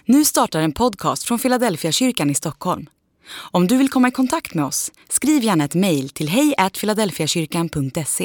Nu startar en podcast från Philadelphia kyrkan i Stockholm. Om du vill komma i kontakt med oss, skriv gärna ett mejl till hej@philadelphiakyrkan.se.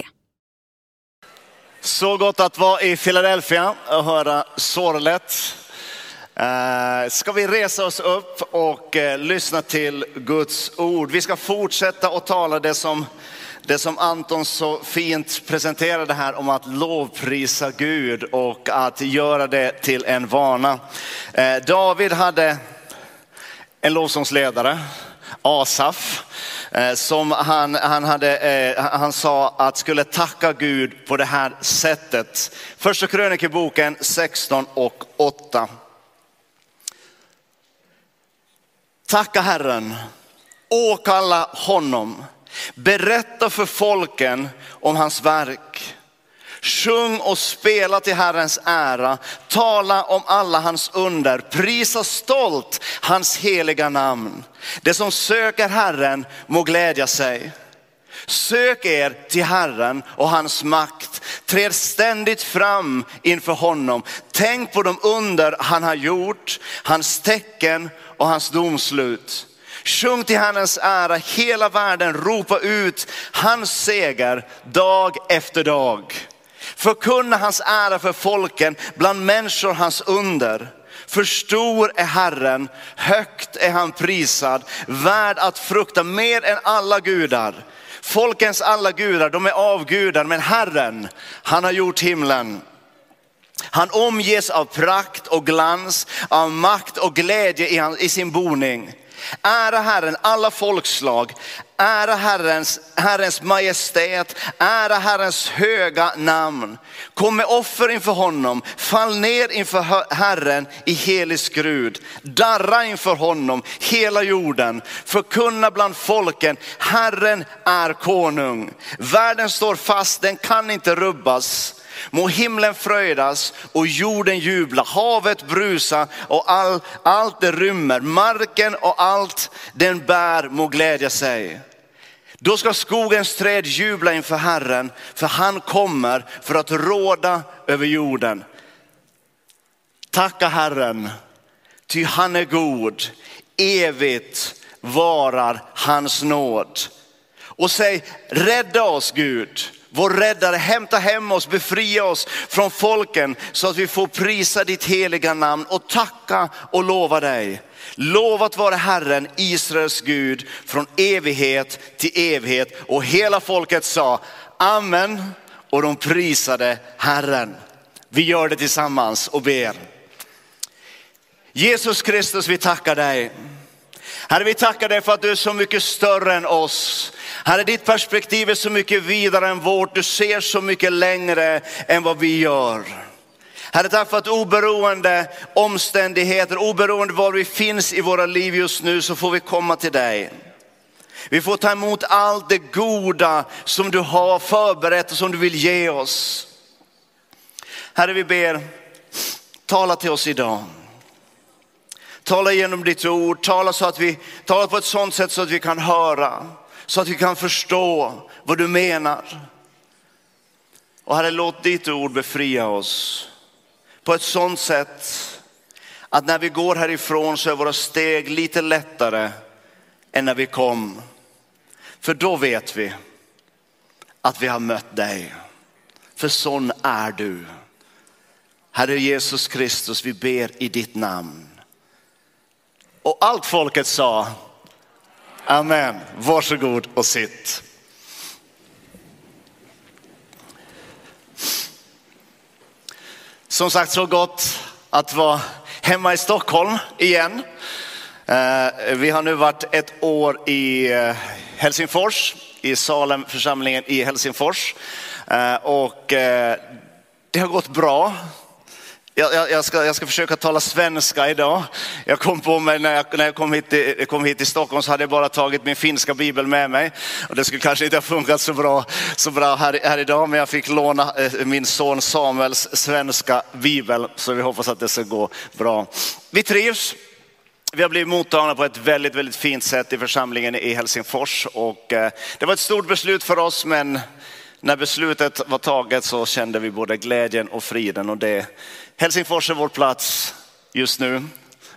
Så gott att vara i Philadelphia och höra sorlet. Ska vi resa oss upp och lyssna till Guds ord. Vi ska fortsätta att tala det som Anton så fint presenterade här om att lovprisa Gud och att göra det till en vana. David hade en lovsångsledare, Asaf, som han sa att skulle tacka Gud på det här sättet. Första krönikeboken 16:8. Tacka Herren, åkalla honom, berätta för folken om hans verk. Sjung och spela till Herrens ära, tala om alla hans under, prisa stolt hans heliga namn. Det som söker Herren må glädja sig. Sök er till Herren och hans makt, träd ständigt fram inför honom. Tänk på de under han har gjort, hans tecken och hans domslut. Sjung till Herrens ära, hela världen ropa ut hans seger dag efter dag. Förkunna hans ära för folken, bland människor hans under. För stor är Herren, högt är han prisad, värd att frukta mer än alla gudar. Folkens alla gudar, de är avgudar, men Herren, han har gjort himlen. Han omges av prakt och glans, av makt och glädje i sin boning. Ära Herren alla folkslag, ära Herrens majestät, ära Herrens höga namn. Kom med offer inför honom, fall ner inför Herren i helig skrud. Darra inför honom hela jorden, förkunna bland folken, Herren är konung. Världen står fast, den kan inte rubbas. Må himlen fröjdas och jorden jubla, havet brusa och allt det rymmer, marken och allt den bär må glädja sig. Då ska skogens träd jubla inför Herren, för han kommer för att råda över jorden. Tacka Herren, ty han är god, evigt varar hans nåd. Och säg, rädda oss Gud, vår räddare, hämta hem oss, befria oss från folken så att vi får prisa ditt heliga namn och tacka och lova dig. Lovat vare Herren, Israels Gud, från evighet till evighet. Och hela folket sa amen, och de prisade Herren. Vi gör det tillsammans och ber. Jesus Kristus, vi tackar dig. Herre, vi tackar dig för att du är så mycket större än oss. Herre, ditt perspektiv är så mycket vidare än vårt. Du ser så mycket längre än vad vi gör. Herre, tack för att oberoende omständigheter, oberoende var vi finns i våra liv just nu, så får vi komma till dig. Vi får ta emot allt det goda som du har förberett och som du vill ge oss. Herre, vi ber, tala till oss idag. Tala genom ditt ord, tala på ett sådant sätt så att vi kan höra, så att vi kan förstå vad du menar. Och Herre, låt ditt ord befria oss på ett sådant sätt att när vi går härifrån så är våra steg lite lättare än när vi kom. För då vet vi att vi har mött dig. För sån är du. Herre Jesus Kristus, vi ber i ditt namn. Och allt folket sa amen. Varsågod och sitt. Som sagt, så gott att vara hemma i Stockholm igen. Vi har nu varit ett år i Helsingfors, i Salem församlingen i Helsingfors. Och det har gått bra. Jag ska försöka tala svenska idag. Jag kom på mig när jag kom hit till Stockholm, så hade jag bara tagit min finska bibel med mig. Och det skulle kanske inte ha funkat så bra här idag, men jag fick låna min son Samuels svenska bibel. Så vi hoppas att det ska gå bra. Vi trivs. Vi har blivit mottagna på ett väldigt, väldigt fint sätt i församlingen i Helsingfors. Och det var ett stort beslut för oss, men när beslutet var taget så kände vi både glädjen och friden. Och Helsingfors är vår plats just nu.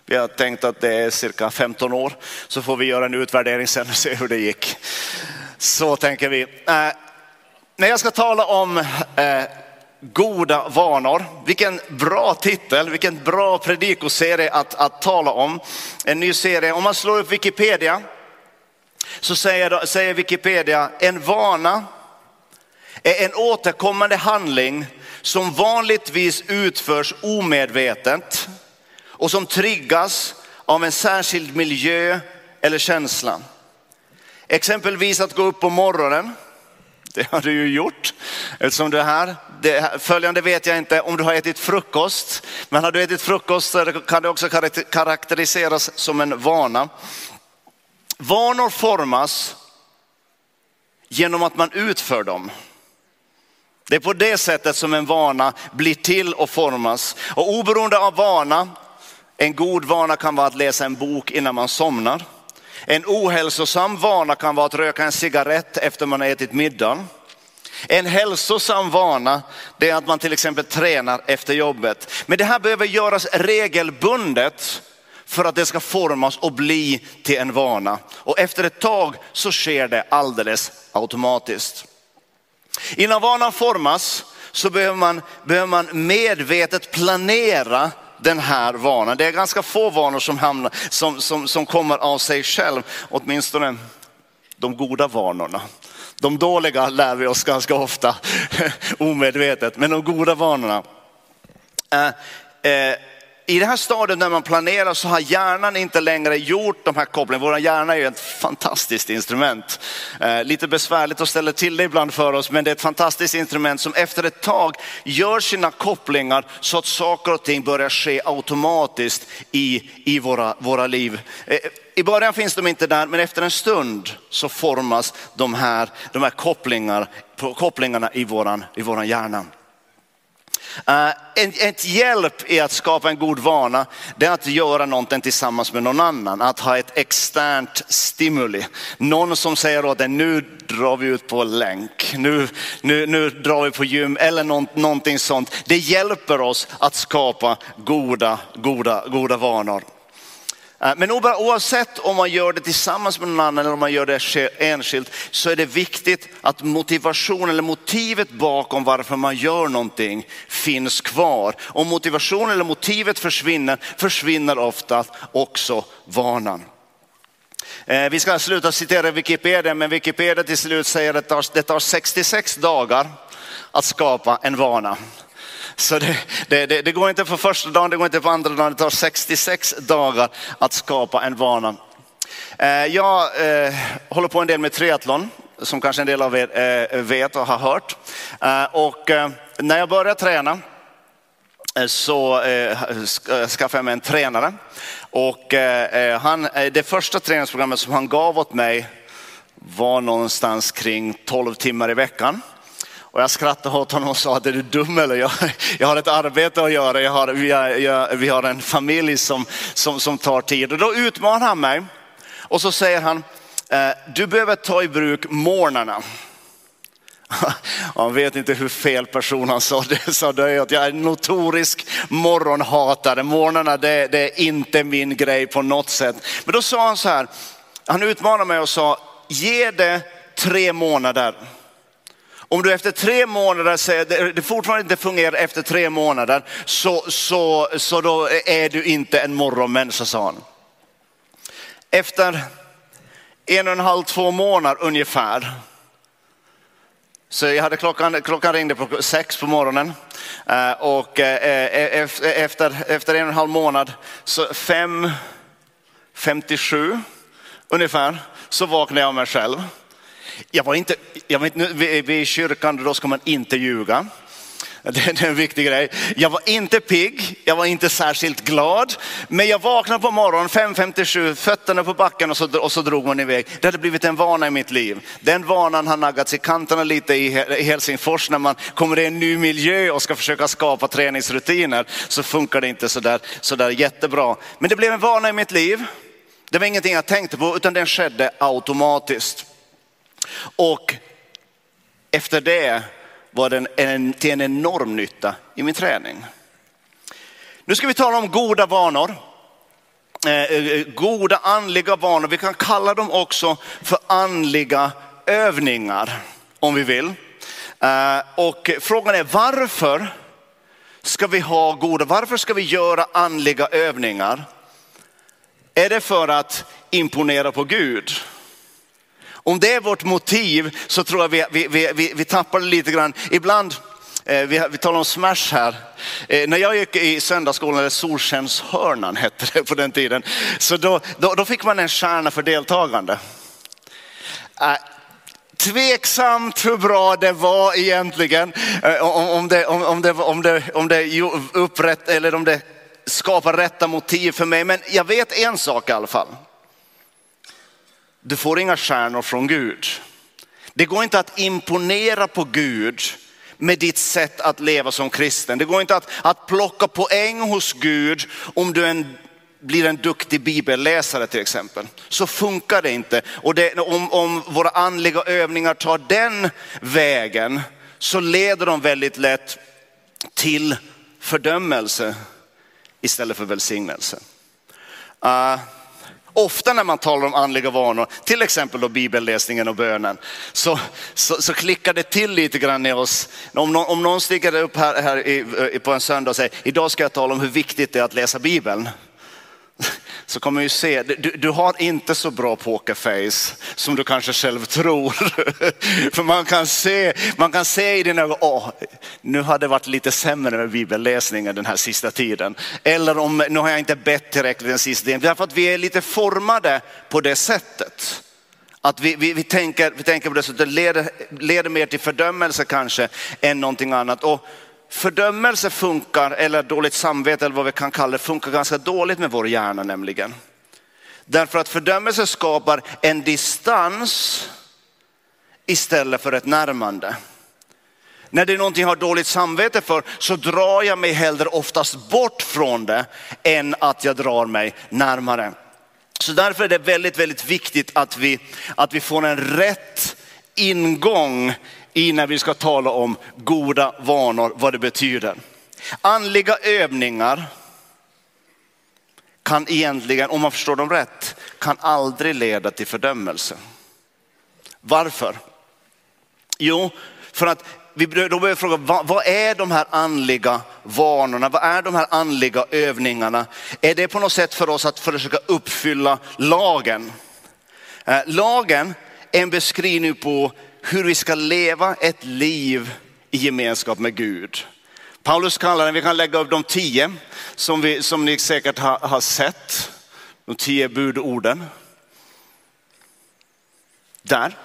Vi har tänkt att det är cirka 15 år. Så får vi göra en utvärdering sen och se hur det gick. Så tänker vi. När jag ska tala om goda vanor. Vilken bra titel, vilken bra predikoserie att tala om. En ny serie. Om man slår upp Wikipedia så säger Wikipedia: en vana är en återkommande handling som vanligtvis utförs omedvetet och som triggas av en särskild miljö eller känsla. Exempelvis att gå upp på morgonen. Det har du ju gjort eftersom du är här. Följande vet jag inte om du har ätit frukost. Men har du ätit frukost så kan det också karaktäriseras som en vana. Vanor formas genom att man utför dem. Det är på det sättet som en vana blir till och formas. Och oberoende av vana, en god vana kan vara att läsa en bok innan man somnar. En ohälsosam vana kan vara att röka en cigarett efter man har ätit middag. En hälsosam vana, det är att man till exempel tränar efter jobbet. Men det här behöver göras regelbundet för att det ska formas och bli till en vana. Och efter ett tag så sker det alldeles automatiskt. Innan vanan formas så behöver man medvetet planera den här vanan. Det är ganska få vanor som kommer av sig själv. Åtminstone de goda vanorna. De dåliga lär vi oss ganska ofta omedvetet. Men de goda vanorna. I det här stadiet när man planerar så har hjärnan inte längre gjort de här kopplingarna. Vår hjärna är ju ett fantastiskt instrument. Lite besvärligt att ställa till det ibland för oss. Men det är ett fantastiskt instrument som efter ett tag gör sina kopplingar så att saker och ting börjar ske automatiskt i våra liv. I början finns de inte där, men efter en stund så formas de här kopplingarna i våran hjärna. Ett hjälp i att skapa en god vana, det är att göra någonting tillsammans med någon annan. Att ha ett externt stimuli. Någon som säger åt dig: nu drar vi ut på länk. Nu drar vi på gym eller någonting sånt. Det hjälper oss att skapa goda vanor. Men oavsett om man gör det tillsammans med någon annan eller om man gör det enskilt, så är det viktigt att motivation eller motivet bakom varför man gör någonting finns kvar. Om motivation eller motivet försvinner ofta också vanan. Vi ska sluta citera Wikipedia, men Wikipedia till slut säger att det tar 66 dagar att skapa en vana. Så det går inte på första dagen, det går inte på andra dagen. Det tar 66 dagar att skapa en vana. Jag håller på en del med triathlon, som kanske en del av er vet och har hört. Och när jag började träna så skaffade jag mig en tränare. Och det första träningsprogrammet som han gav åt mig var någonstans kring 12 timmar i veckan. Och jag skrattade åt honom och sa att är du dum eller? Jag har ett arbete att göra. Vi har en familj som tar tid. Och då utmanar han mig. Och så säger han: du behöver ta i bruk morgnarna. Han vet inte hur fel person han sa det. Så det är att jag är notorisk morgonhatare. Morgnarna det är inte min grej på något sätt. Men då sa han så här. Han utmanade mig och sa: ge det 3 månader. Om du efter 3 månader säger det fortfarande inte fungerar efter 3 månader, så då är du inte en morgonmänniska, sa han. Efter 1,5-2 månader ungefär. Så jag hade klockan ringde på 6 på morgonen. Och efter 1,5 månad, så 5:57 ungefär, så vaknade jag av mig själv. Jag var inte i kyrkan, då ska man inte ljuga. Det är en viktig grej. Jag var inte pigg, jag var inte särskilt glad. Men jag vaknade på morgonen 5:57, fötterna på backen och så drog man iväg. Det hade blivit en vana i mitt liv. Den vanan har naggats i kanterna lite i Helsingfors. När man kommer i en ny miljö och ska försöka skapa träningsrutiner, så funkar det inte sådär jättebra. Men det blev en vana i mitt liv. Det var ingenting jag tänkte på, utan den skedde automatiskt. Och efter det var den till en enorm nytta i min träning. Nu ska vi tala om goda vanor. goda andliga vanor. Vi kan kalla dem också för andliga övningar om vi vill. Och frågan är varför ska vi ha varför ska vi göra andliga övningar? Är det för att imponera på Gud? Om det är vårt motiv så tror jag vi tappar lite grann. Ibland, vi talar om Smash här. När jag gick i söndagsskolan, eller Solskenshörnan hette det på den tiden. Så då fick man en stjärna för deltagande. Tveksamt hur bra det var egentligen. Om det upprätt eller om det skapar rätta motiv för mig. Men jag vet en sak i alla fall. Du får inga stjärnor från Gud. Det går inte att imponera på Gud med ditt sätt att leva som kristen. Det går inte att plocka poäng hos Gud om du blir en duktig bibelläsare till exempel. Så funkar det inte. Och om våra andliga övningar tar den vägen så leder de väldigt lätt till fördömelse istället för välsignelse. Ofta när man talar om andliga vanor, till exempel då bibelläsningen och bönen, så klickar det till lite grann i oss. Om någon stiger upp här på en söndag och säger, idag ska jag tala om hur viktigt det är att läsa Bibeln. Så kommer vi se, du har inte så bra pokerface som du kanske själv tror. För man kan se i dina ögon, nu har det varit lite sämre med bibelläsningen den här sista tiden. Eller nu har jag inte bett tillräckligt den sista tiden. Därför att vi är lite formade på det sättet. Att vi tänker på det så att det leder mer till fördömelse kanske än någonting annat. Och fördömelse funkar, eller dåligt samvete eller vad vi kan kalla det, funkar ganska dåligt med vår hjärna nämligen. Därför att fördömelse skapar en distans istället för ett närmande. När det är någonting jag har dåligt samvete för så drar jag mig hellre oftast bort från det än att jag drar mig närmare. Så därför är det väldigt, väldigt viktigt att vi får en rätt ingång i när vi ska tala om goda vanor, vad det betyder. Andliga övningar kan egentligen, om man förstår dem rätt, kan aldrig leda till fördömelse. Varför? Jo, för att då börjar vi fråga, vad är de här andliga vanorna? Vad är de här andliga övningarna? Är det på något sätt för oss att försöka uppfylla lagen? Lagen är en beskrivning på hur vi ska leva ett liv i gemenskap med Gud. Paulus kallar den, vi kan lägga upp de 10 som ni säkert har sett. De 10 budorden. Där.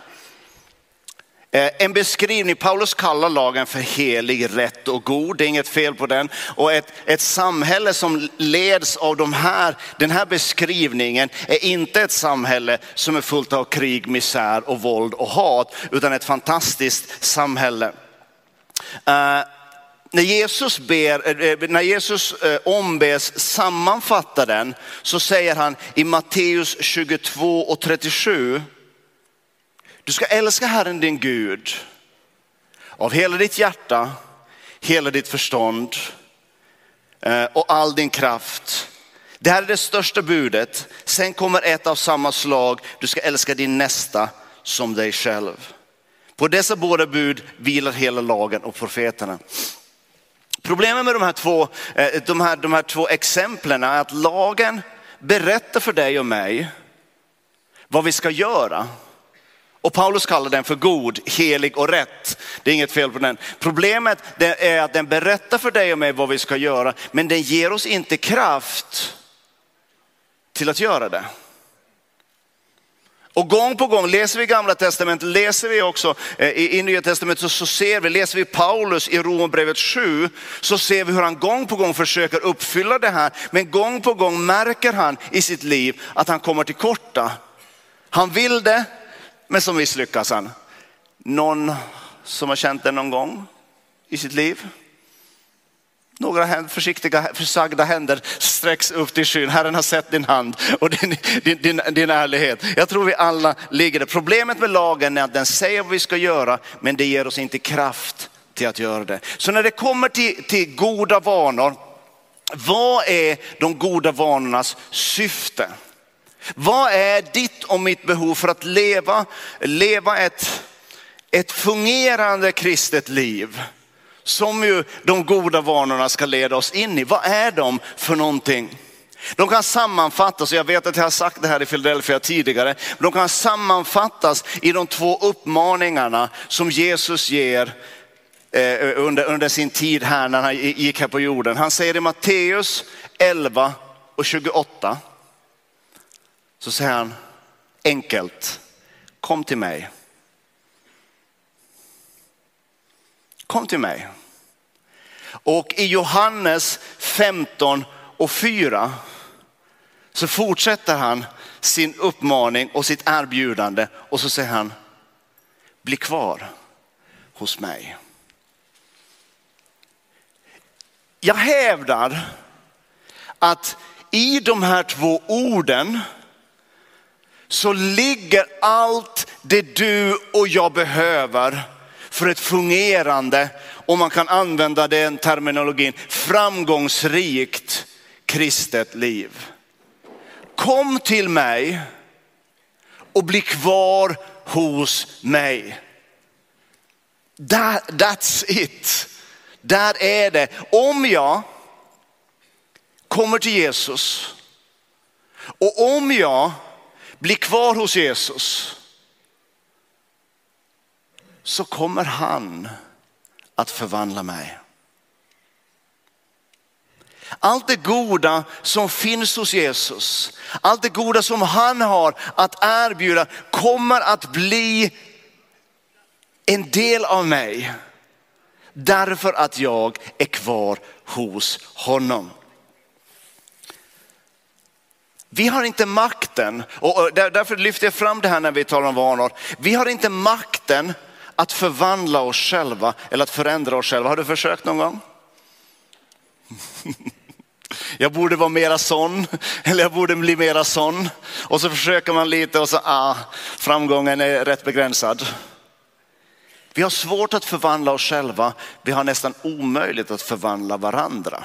En beskrivning, Paulus kallar lagen för helig, rätt och god. Det är inget fel på den. Och ett samhälle som leds av den här beskrivningen är inte ett samhälle som är fullt av krig, misär och våld och hat. Utan ett fantastiskt samhälle. När Jesus ombes sammanfatta den så säger han i Matteus 22:37. Du ska älska Herren din Gud av hela ditt hjärta, hela ditt förstånd och all din kraft. Det här är det största budet. Sen kommer ett av samma slag. Du ska älska din nästa som dig själv. På dessa båda bud vilar hela lagen och profeterna. Problemet med de här två exemplen är att lagen berättar för dig och mig vad vi ska göra. Och Paulus kallar den för god, helig och rätt. Det är inget fel på den. Problemet är att den berättar för dig och mig vad vi ska göra. Men den ger oss inte kraft till att göra det. Och gång på gång läser vi i Gamla testamentet, läser vi också i Nya testamentet läser vi Paulus i Romarbrevet 7. Så ser vi hur han gång på gång försöker uppfylla det här. Men gång på gång märker han i sitt liv att han kommer till korta. Han vill det. Men som misslyckas han. Någon som har känt det någon gång i sitt liv? Några försiktiga försagda händer sträcks upp till skyn. Herren har sett din hand och din ärlighet. Jag tror vi alla ligger där. Problemet med lagen är att den säger vad vi ska göra, men det ger oss inte kraft till att göra det. Så när det kommer till goda vanor Vad är de goda vanornas syfte? Vad är ditt och mitt behov för att leva ett fungerande kristet liv? Som ju de goda vanorna ska leda oss in i. Vad är de för någonting? De kan sammanfattas, och jag vet att jag har sagt det här i Philadelphia tidigare. De kan sammanfattas i de 2 uppmaningarna som Jesus ger under sin tid här när han gick här på jorden. Han säger i Matteus 11 och 28. Så säger han enkelt: kom till mig. Kom till mig. Och i Johannes 15 och 4 så fortsätter han sin uppmaning och sitt erbjudande. Och så säger han: bli kvar hos mig. Jag hävdar att i de här 2 orden så ligger allt det du och jag behöver för ett fungerande, om man kan använda den terminologin, framgångsrikt kristet liv. Kom till mig och bli kvar hos mig. That's it. Där är det. Om jag kommer till Jesus och om jag blir kvar hos Jesus, så kommer han att förvandla mig. Allt det goda som finns hos Jesus, allt det goda som han har att erbjuda kommer att bli en del av mig. Därför att jag är kvar hos honom. Vi har inte makten, och därför lyfter jag fram det här när vi talar om vanor. Vi har inte makten att förvandla oss själva eller att förändra oss själva. Har du försökt någon gång? Jag borde vara mera sån, eller jag borde bli mera sån. Och så försöker man lite och så framgången är rätt begränsad. Vi har svårt att förvandla oss själva. Vi har nästan omöjligt att förvandla varandra.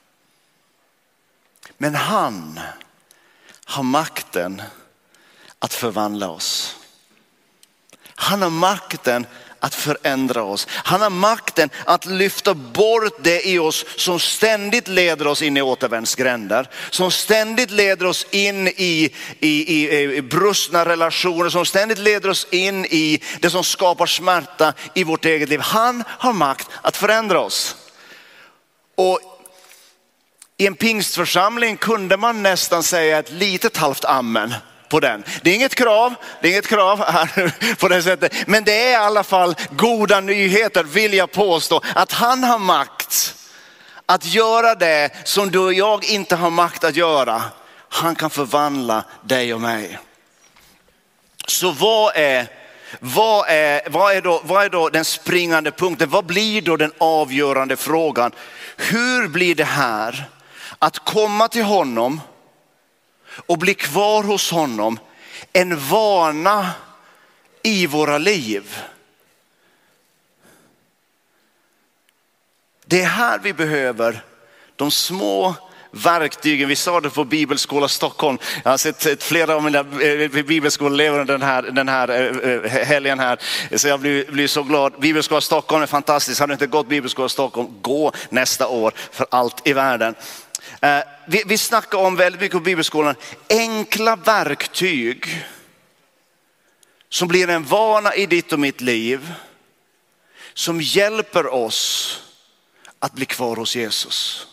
Men han har makten att förvandla oss. Han har makten att förändra oss. Han har makten att lyfta bort det i oss som ständigt leder oss in i återvändsgränder. Som ständigt leder oss in i brustna relationer. Som ständigt leder oss in i det som skapar smärta i vårt eget liv. Han har makt att förändra oss. Och i en pingstförsamling kunde man nästan säga ett litet halvt amen på den. Det är inget krav här på det sättet. Men det är i alla fall goda nyheter, vill jag påstå. Att han har makt att göra det som du och jag inte har makt att göra. Han kan förvandla dig och mig. Så vad är då den springande punkten? Vad blir då den avgörande frågan? Hur blir det här att komma till honom och bli kvar hos honom en vana i våra liv? Det är här vi behöver de små verktygen. Vi sa det på Bibelskola Stockholm. Jag har sett flera av mina bibelskoleelever den här helgen här. Så jag blir så glad. Bibelskola Stockholm är fantastiskt. Har du inte gått Bibelskola Stockholm, gå nästa år för allt i världen. Vi snackar om väldigt mycket på Bibelskolan. Enkla verktyg som blir en vana i ditt och mitt liv. Som hjälper oss att bli kvar hos Jesus.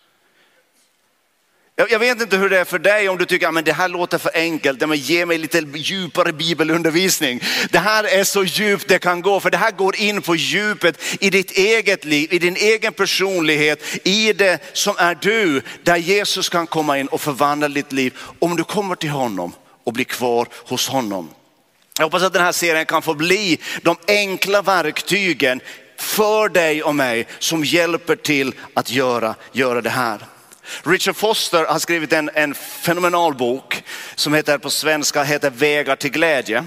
Jag vet inte hur det är för dig, om du tycker att det här låter för enkelt. Men ge mig lite djupare bibelundervisning. Det här är så djupt det kan gå. För det här går in på djupet i ditt eget liv. I din egen personlighet. I det som är du. Där Jesus kan komma in och förvandla ditt liv. Om du kommer till honom och blir kvar hos honom. Jag hoppas att den här serien kan få bli de enkla verktygen för dig och mig. Som hjälper till att göra det här. Richard Foster har skrivit en fenomenal bok som heter på svenska Vägar till glädje.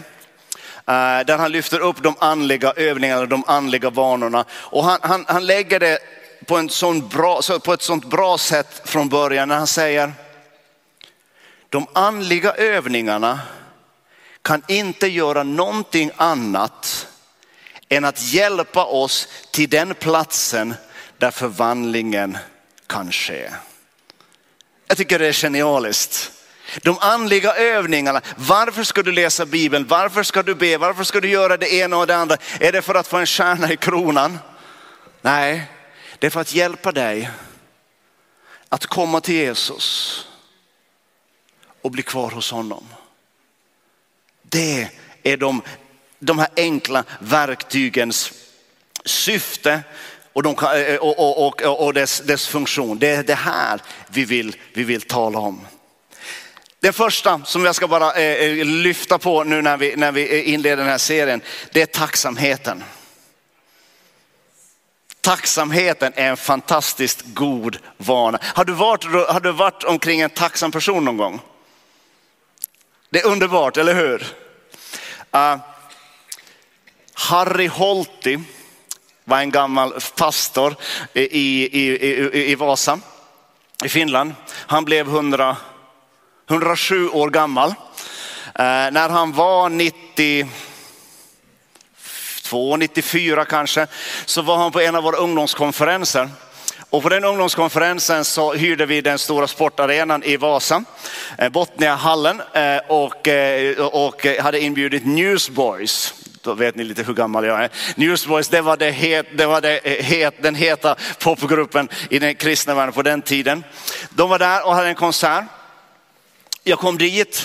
Där han lyfter upp de andliga övningarna, de andliga vanorna. Och han lägger det på ett sånt bra sätt från början när han säger: de andliga övningarna kan inte göra någonting annat än att hjälpa oss till den platsen där förvandlingen kan ske. Jag tycker det är genialiskt. De andliga övningarna, varför ska du läsa Bibeln? Varför ska du be? Varför ska du göra det ena och det andra? Är det för att få en stjärna i kronan? Nej, det är för att hjälpa dig att komma till Jesus och bli kvar hos honom. Det är de här enkla verktygens syfte och dess funktion. Det är det här vi vill tala om. Den första som jag ska bara lyfta på nu när vi inleder den här serien, det är tacksamheten. Tacksamheten är en fantastiskt god vana. Har du varit omkring en tacksam person någon gång? Det är underbart, eller hur? Harry Holti var en gammal pastor i Vasa i Finland. Han blev 107 år gammal. När han var 94 kanske, så var han på en av våra ungdomskonferenser. Och på den ungdomskonferensen så hyrde vi den stora sportarenan i Vasa, Botniahallen, och hade inbjudit Newsboys. Då vet ni lite hur gammal jag är. Newsboys, det var den heta popgruppen i den kristna världen på den tiden. De var där och hade en konsert. Jag kom dit.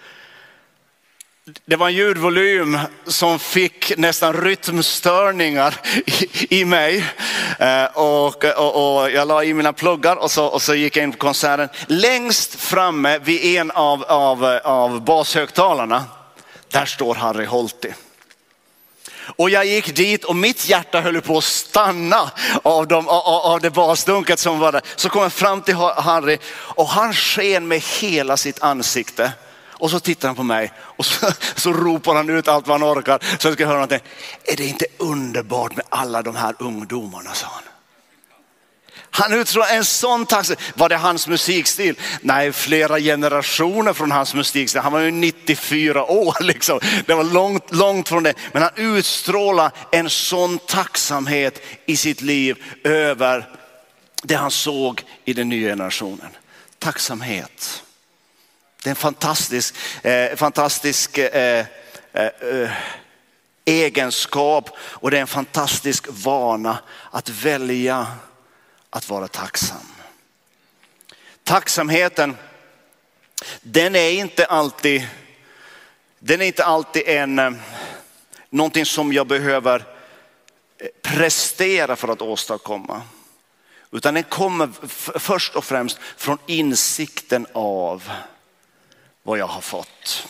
Det var en ljudvolym som fick nästan rytmstörningar i mig. Och jag la i mina pluggar och så gick jag in på konserten. Längst framme vid en av bashögtalarna, där står Harry Holti. Och jag gick dit och mitt hjärta höll på att stanna av det basdunket som var där. Så kom jag fram till Harry och han sken med hela sitt ansikte. Och så tittar han på mig och så ropar han ut allt vad han orkar. Så jag ska höra någonting. Är det inte underbart med alla de här ungdomarna, sa han. Han utstrålar en sån tacksamhet. Var det hans musikstil? Nej, flera generationer från hans musikstil. Han var ju 94 år liksom. Det var långt från det. Men han utstrålar en sån tacksamhet i sitt liv över det han såg i den nya generationen. Tacksamhet. Det är en fantastisk egenskap och det är en fantastisk vana att välja att vara tacksam. Tacksamheten, den är inte alltid någonting som jag behöver prestera för att åstadkomma. Utan den kommer först och främst från insikten av vad jag har fått.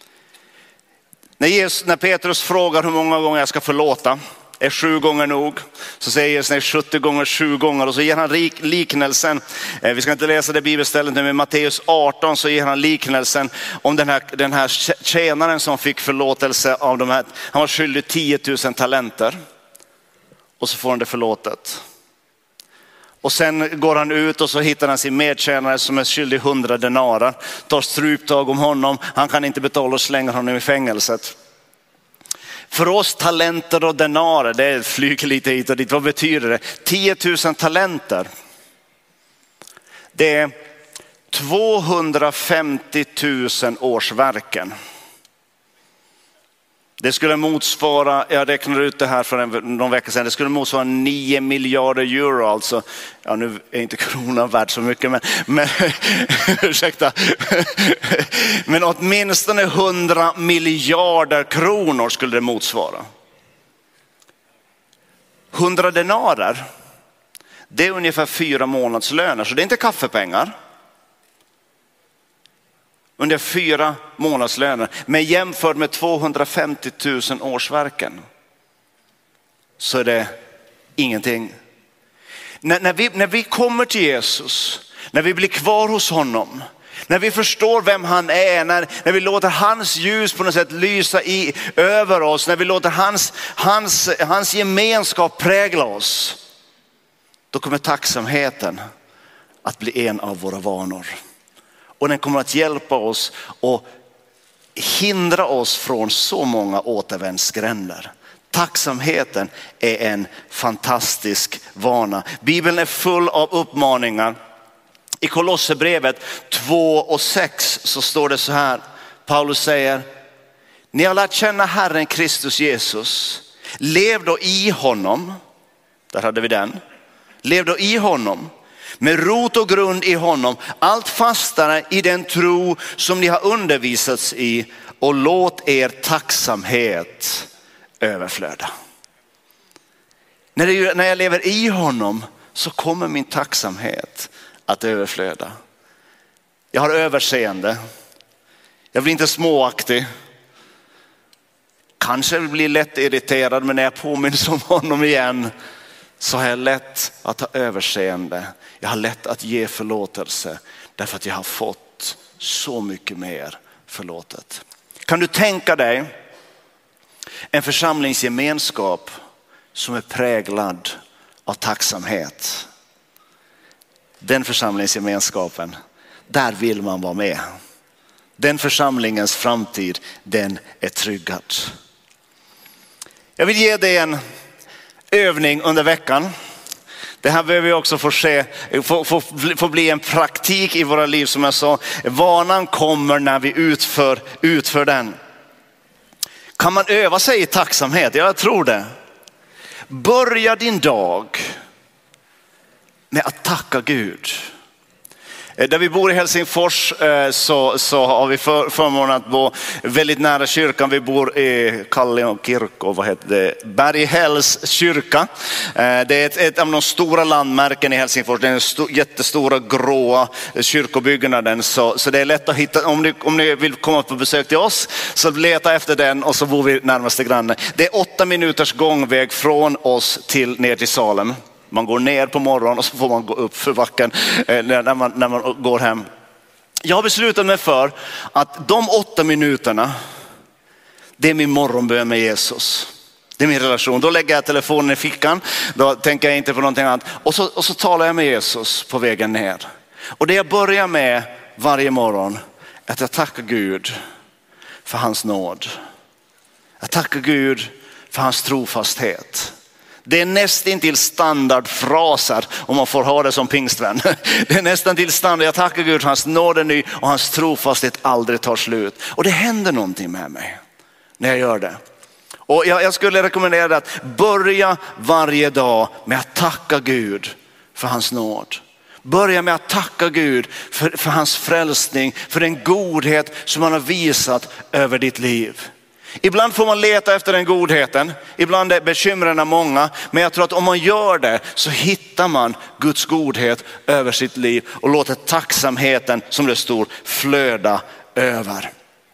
När Petrus frågar hur många gånger jag ska förlåta, är 7 gånger nog, så säger Jesus nej, 70 gånger 7 gånger. Och så ger han liknelsen, vi ska inte läsa det bibelstället nu, men Matteus 18 så ger han liknelsen om den här tjänaren som fick förlåtelse av de här. Han var skyldig 10 000 talenter och så får han det förlåtet. Och sen går han ut och så hittar han sin medtjänare som är skyldig 100 denarer. Tar struptag om honom, han kan inte betala och slänger honom i fängelset. För oss talenter och denarer, det flyger lite hit och dit. Vad betyder det? 10 000 talenter. Det är 250 000 årsverken. Det skulle motsvara, jag räknade ut det här för någon vecka sedan, det skulle motsvara 9 miljarder euro. Alltså, ja, nu är inte kronan värd så mycket, men ursäkta. Men åtminstone 100 miljarder kronor skulle det motsvara. 100 denarer, det är ungefär 4 månadslöner, så det är inte kaffepengar. Under 4 månadslöner. Men jämfört med 250 000 årsverken så är det ingenting. När vi kommer till Jesus, när vi blir kvar hos honom, när vi förstår vem han är, när vi låter hans ljus på något sätt lysa över oss, när vi låter hans gemenskap prägla oss, då kommer tacksamheten att bli en av våra vanor. Och den kommer att hjälpa oss och hindra oss från så många återvändsgränder. Tacksamheten är en fantastisk vana. Bibeln är full av uppmaningar. I Kolosserbrevet 2:6 så står det så här. Paulus säger: ni har lärt känna Herren Kristus Jesus. Lev då i honom. Där hade vi den. Lev då i honom. Med rot och grund i honom. Allt fastare i den tro som ni har undervisats i. Och låt er tacksamhet överflöda. När jag lever i honom så kommer min tacksamhet att överflöda. Jag har överseende. Jag blir inte småaktig. Kanske blir lätt irriterad, men när jag påminns om honom igen så har jag lätt att ha överseende. Jag har lätt att ge förlåtelse därför att jag har fått så mycket mer förlåtet. Kan du tänka dig en församlingsgemenskap som är präglad av tacksamhet? Den församlingsgemenskapen, där vill man vara med. Den församlingens framtid, den är tryggad. Jag vill ge dig en övning under veckan. Det här behöver vi också få bli en praktik i våra liv, som jag sa. Vanan kommer när vi utför den. Kan man öva sig i tacksamhet? Jag tror det. Börja din dag med att tacka Gud. Där vi bor i Helsingfors så har vi förmånen att bo väldigt nära kyrkan. Vi bor i Kallionkirkko, Berghälls kyrka. Det är ett av de stora landmärken i Helsingfors. Det är den jättestora gråa kyrkobyggnaden. Så det är lätt att hitta. Om ni vill komma på besök till oss så leta efter den, och så bor vi närmaste granne. Det är 8 minuters gångväg från oss ner till Salem. Man går ner på morgonen och så får man gå upp för backen när man går hem. Jag har beslutat mig för att de 8 minuterna, det är min morgonbön med Jesus. Det är min relation. Då lägger jag telefonen i fickan. Då tänker jag inte på någonting annat. Och så talar jag med Jesus på vägen ner. Och det jag börjar med varje morgon är att jag tackar Gud för hans nåd. Jag tackar Gud för hans trofasthet. Det är nästan till standardfraser, om man får ha det som pingstvän. Det är nästan till standard. Jag tackar Gud för hans nåd är ny och hans trofasthet aldrig tar slut. Och det händer någonting med mig när jag gör det. Och jag skulle rekommendera att börja varje dag med att tacka Gud för hans nåd. Börja med att tacka Gud för hans frälsning, för den godhet som han har visat över ditt liv. Ibland får man leta efter den godheten. Ibland är bekymren många. Men jag tror att om man gör det så hittar man Guds godhet över sitt liv. Och låter tacksamheten, som det står, flöda över.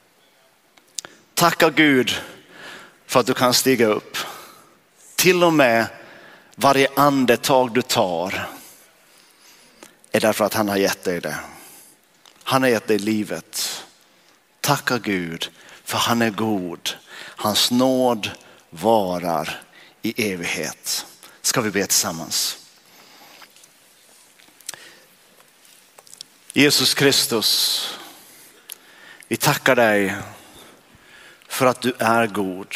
Tacka Gud för att du kan stiga upp. Till och med varje andetag du tar är därför att han har gett dig det. Han har gett dig livet. Tacka Gud. För han är god. Hans nåd varar i evighet. Ska vi be tillsammans. Jesus Kristus, vi tackar dig för att du är god.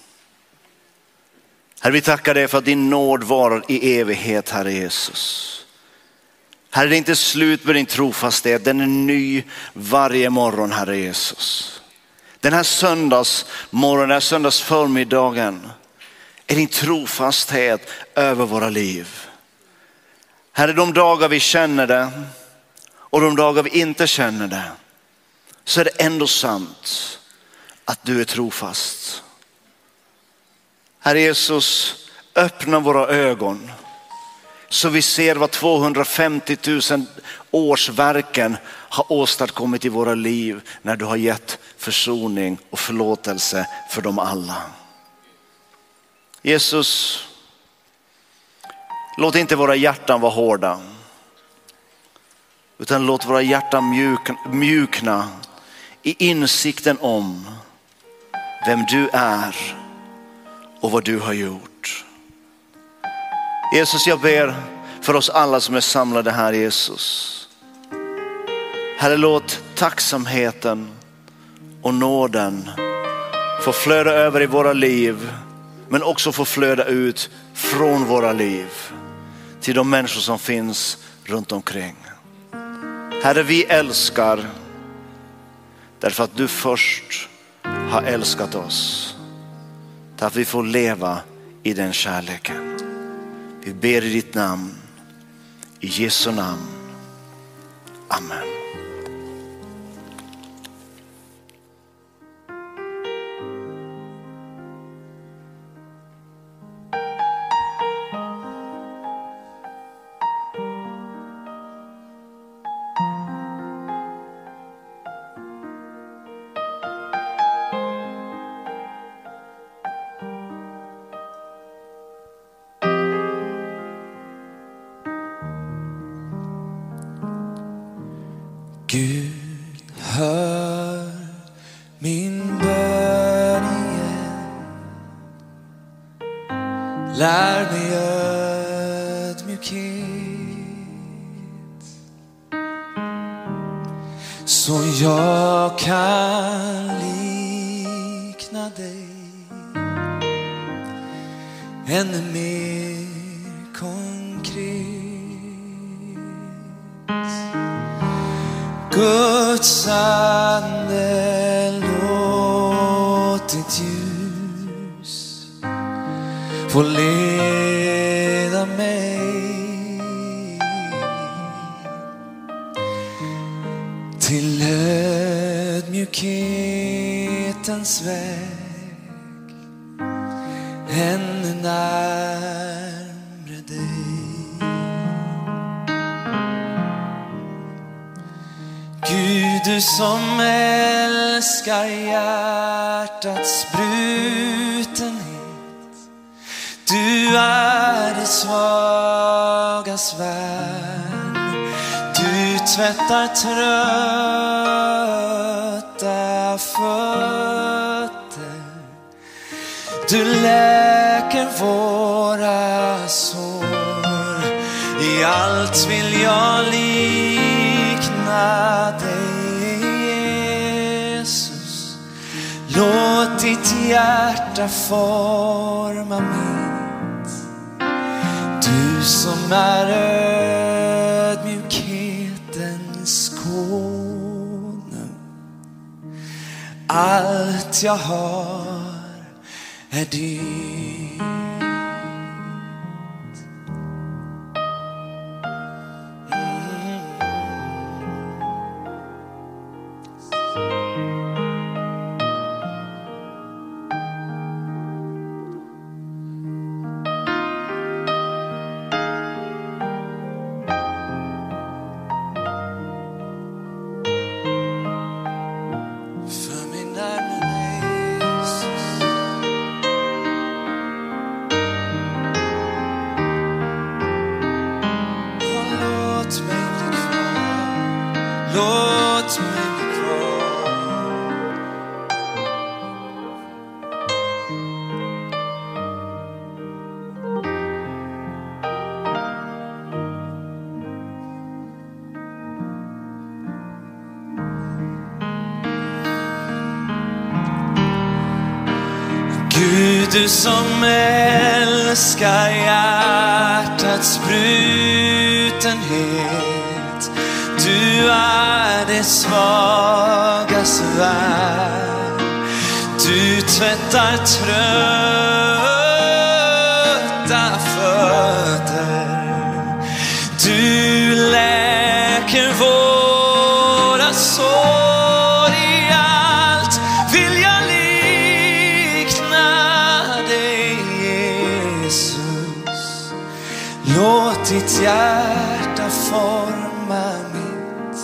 Herre, vi tackar dig för att din nåd varar i evighet, Herre Jesus. Herre, det är inte slut med din trofasthet. Den är ny varje morgon, Herre Jesus. Den här söndagsmorgonen, den här söndagsförmiddagen är din trofasthet över våra liv. Herre, de dagar vi känner det och de dagar vi inte känner det, så är det ändå sant att du är trofast. Herre Jesus, öppna våra ögon så vi ser vad 250 000 årsverken har åstadkommit i våra liv när du har gett försoning och förlåtelse för dem alla. Jesus, låt inte våra hjärtan vara hårda, utan låt våra hjärtan mjukna i insikten om vem du är och vad du har gjort. Jesus, jag ber för oss alla som är samlade här, Jesus. Herre, låt tacksamheten och nåden få flöda över i våra liv, men också få flöda ut från våra liv till de människor som finns runt omkring. Herre, vi älskar därför att du först har älskat oss. För att vi får leva i den kärleken. Vi ber i ditt namn, i Jesu namn. Amen. Gud, hör min bön igen. Lär mig ödmjukhet, så jag kan likna dig ännu mer konkret. Guds ande, låt ditt ljus få leda mig till ödmjukhetens väg, ännu närmare dig. Gud, du som älskar hjärtats brutenhet, du är det svagas värn. Du tvättar trötta fötter, du läker våra sår. I allt vill jag likna dig, Jesus. Låt ditt hjärta forma mitt. Du som är ödmjukhetens konung. Allt jag har är ditt. Låt mig bli kvar. Gud, du som älskar hjärtats brutenhet, du är det svagas värn. Du tvättar trötta fötter, du läker våra sår. I allt vill jag likna dig, Jesus. Låt ditt hjärta forma mitt.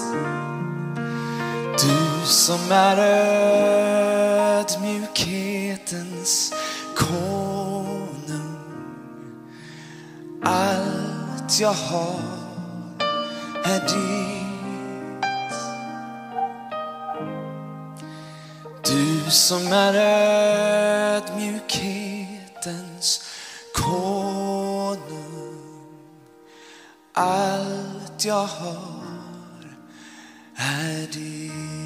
Du som är ödmjukhetens konung. Allt jag har är ditt. Du som är ödmjukhetens konung. allt jag har är ditt.